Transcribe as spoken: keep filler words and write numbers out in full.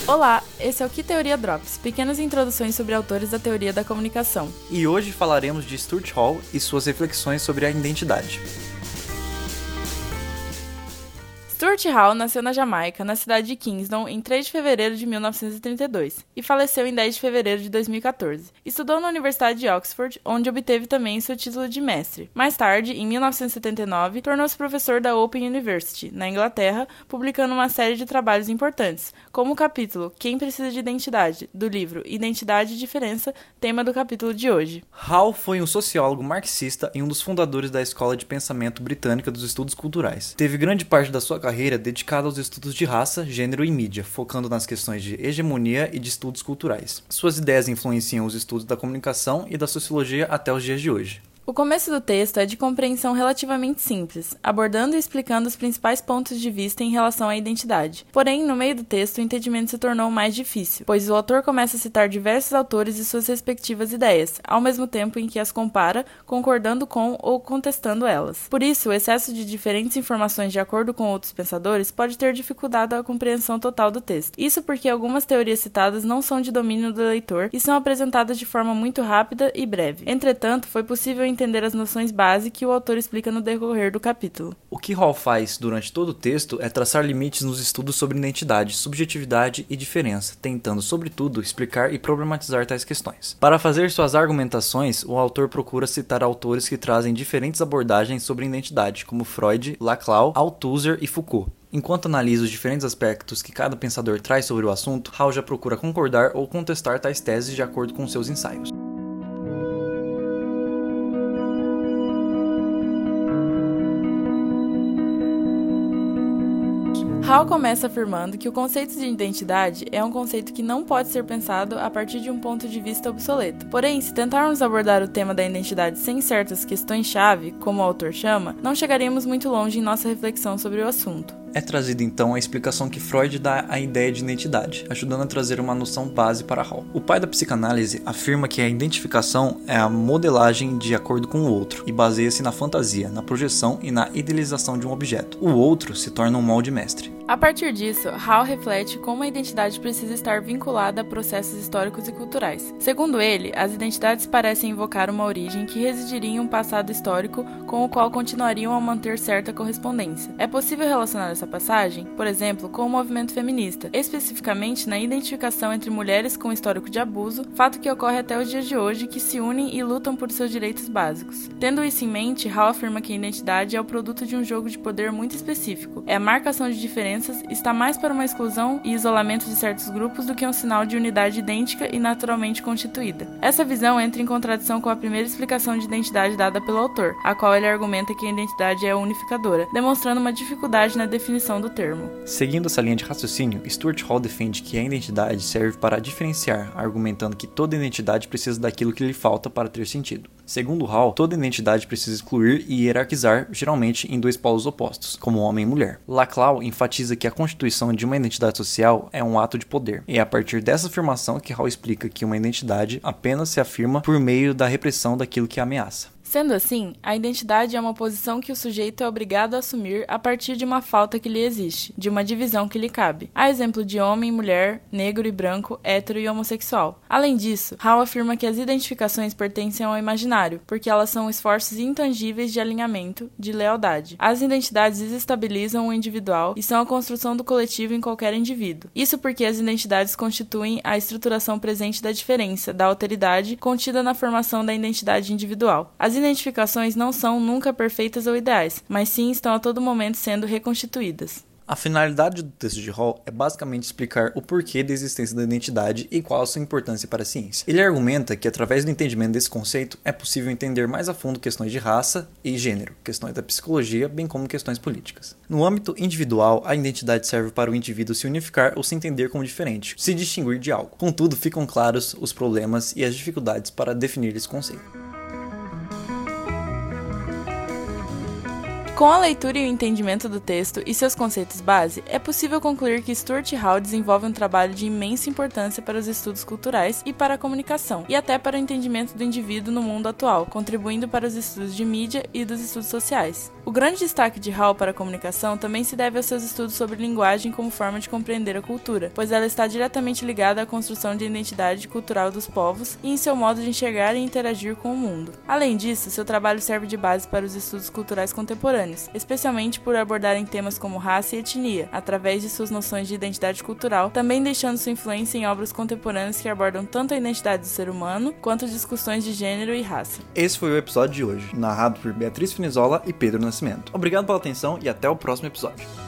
Olá, esse é o Que Teoria Drops, pequenas introduções sobre autores da teoria da comunicação. E hoje falaremos de Stuart Hall e suas reflexões sobre a identidade. Stuart Hall nasceu na Jamaica, na cidade de Kingston, em três de fevereiro de mil novecentos e trinta e dois, e faleceu em dez de fevereiro de dois mil e quatorze. Estudou na Universidade de Oxford, onde obteve também seu título de mestre. Mais tarde, em mil novecentos e setenta e nove, tornou-se professor da Open University, na Inglaterra, publicando uma série de trabalhos importantes, como o capítulo Quem Precisa de Identidade, do livro Identidade e Diferença, tema do capítulo de hoje. Hall foi um sociólogo marxista e um dos fundadores da Escola de Pensamento Britânica dos Estudos Culturais. Teve grande parte da sua carreira dedicada aos estudos de raça, gênero e mídia, focando nas questões de hegemonia e de estudos culturais. Suas ideias influenciam os estudos da comunicação e da sociologia até os dias de hoje. O começo do texto é de compreensão relativamente simples, abordando e explicando os principais pontos de vista em relação à identidade. Porém, no meio do texto, o entendimento se tornou mais difícil, pois o autor começa a citar diversos autores e suas respectivas ideias, ao mesmo tempo em que as compara, concordando com ou contestando elas. Por isso, o excesso de diferentes informações de acordo com outros pensadores pode ter dificultado a compreensão total do texto. Isso porque algumas teorias citadas não são de domínio do leitor e são apresentadas de forma muito rápida e breve. Entretanto, foi possível entender as noções base que o autor explica no decorrer do capítulo. O que Hall faz durante todo o texto é traçar limites nos estudos sobre identidade, subjetividade e diferença, tentando, sobretudo, explicar e problematizar tais questões. Para fazer suas argumentações, o autor procura citar autores que trazem diferentes abordagens sobre identidade, como Freud, Laclau, Althusser e Foucault. Enquanto analisa os diferentes aspectos que cada pensador traz sobre o assunto, Hall já procura concordar ou contestar tais teses de acordo com seus ensaios. Hall começa afirmando que o conceito de identidade é um conceito que não pode ser pensado a partir de um ponto de vista obsoleto. Porém, se tentarmos abordar o tema da identidade sem certas questões-chave, como o autor chama, não chegaremos muito longe em nossa reflexão sobre o assunto. É trazida então a explicação que Freud dá à ideia de identidade, ajudando a trazer uma noção base para Hall. O pai da psicanálise afirma que a identificação é a modelagem de acordo com o outro e baseia-se na fantasia, na projeção e na idealização de um objeto. O outro se torna um molde mestre. A partir disso, Hall reflete como a identidade precisa estar vinculada a processos históricos e culturais. Segundo ele, as identidades parecem invocar uma origem que residiria em um passado histórico com o qual continuariam a manter certa correspondência. É possível relacionar essa passagem, por exemplo, com o movimento feminista, especificamente na identificação entre mulheres com histórico de abuso, fato que ocorre até os dias de hoje, que se unem e lutam por seus direitos básicos. Tendo isso em mente, Hall afirma que a identidade é o produto de um jogo de poder muito específico. É a marcação de diferenças, está mais para uma exclusão e isolamento de certos grupos do que um sinal de unidade idêntica e naturalmente constituída. Essa visão entra em contradição com a primeira explicação de identidade dada pelo autor, a qual ele argumenta que a identidade é unificadora, demonstrando uma dificuldade na definição do termo. Seguindo essa linha de raciocínio, Stuart Hall defende que a identidade serve para diferenciar, argumentando que toda identidade precisa daquilo que lhe falta para ter sentido. Segundo Hall, toda identidade precisa excluir e hierarquizar, geralmente em dois polos opostos, como homem e mulher. Laclau enfatiza que a constituição de uma identidade social é um ato de poder. E é a partir dessa afirmação que Hall explica que uma identidade apenas se afirma por meio da repressão daquilo que a ameaça. Sendo assim, a identidade é uma posição que o sujeito é obrigado a assumir a partir de uma falta que lhe existe, de uma divisão que lhe cabe. Há exemplo de homem, mulher, negro e branco, hétero e homossexual. Além disso, Hall afirma que as identificações pertencem ao imaginário, porque elas são esforços intangíveis de alinhamento, de lealdade. As identidades desestabilizam o individual e são a construção do coletivo em qualquer indivíduo. Isso porque as identidades constituem a estruturação presente da diferença, da alteridade, contida na formação da identidade individual. As identificações não são nunca perfeitas ou ideais, mas sim estão a todo momento sendo reconstituídas. A finalidade do texto de Hall é basicamente explicar o porquê da existência da identidade e qual a sua importância para a ciência. Ele argumenta que, através do entendimento desse conceito, é possível entender mais a fundo questões de raça e gênero, questões da psicologia, bem como questões políticas. No âmbito individual, a identidade serve para o indivíduo se unificar ou se entender como diferente, se distinguir de algo. Contudo, ficam claros os problemas e as dificuldades para definir esse conceito. Com a leitura e o entendimento do texto e seus conceitos base, é possível concluir que Stuart Hall desenvolve um trabalho de imensa importância para os estudos culturais e para a comunicação, e até para o entendimento do indivíduo no mundo atual, contribuindo para os estudos de mídia e dos estudos sociais. O grande destaque de Hall para a comunicação também se deve aos seus estudos sobre linguagem como forma de compreender a cultura, pois ela está diretamente ligada à construção de identidade cultural dos povos e em seu modo de enxergar e interagir com o mundo. Além disso, seu trabalho serve de base para os estudos culturais contemporâneos, especialmente por abordarem temas como raça e etnia, através de suas noções de identidade cultural, também deixando sua influência em obras contemporâneas que abordam tanto a identidade do ser humano, quanto discussões de gênero e raça. Esse foi o episódio de hoje, narrado por Beatriz Finizola e Pedro Nascimento. Obrigado pela atenção e até o próximo episódio.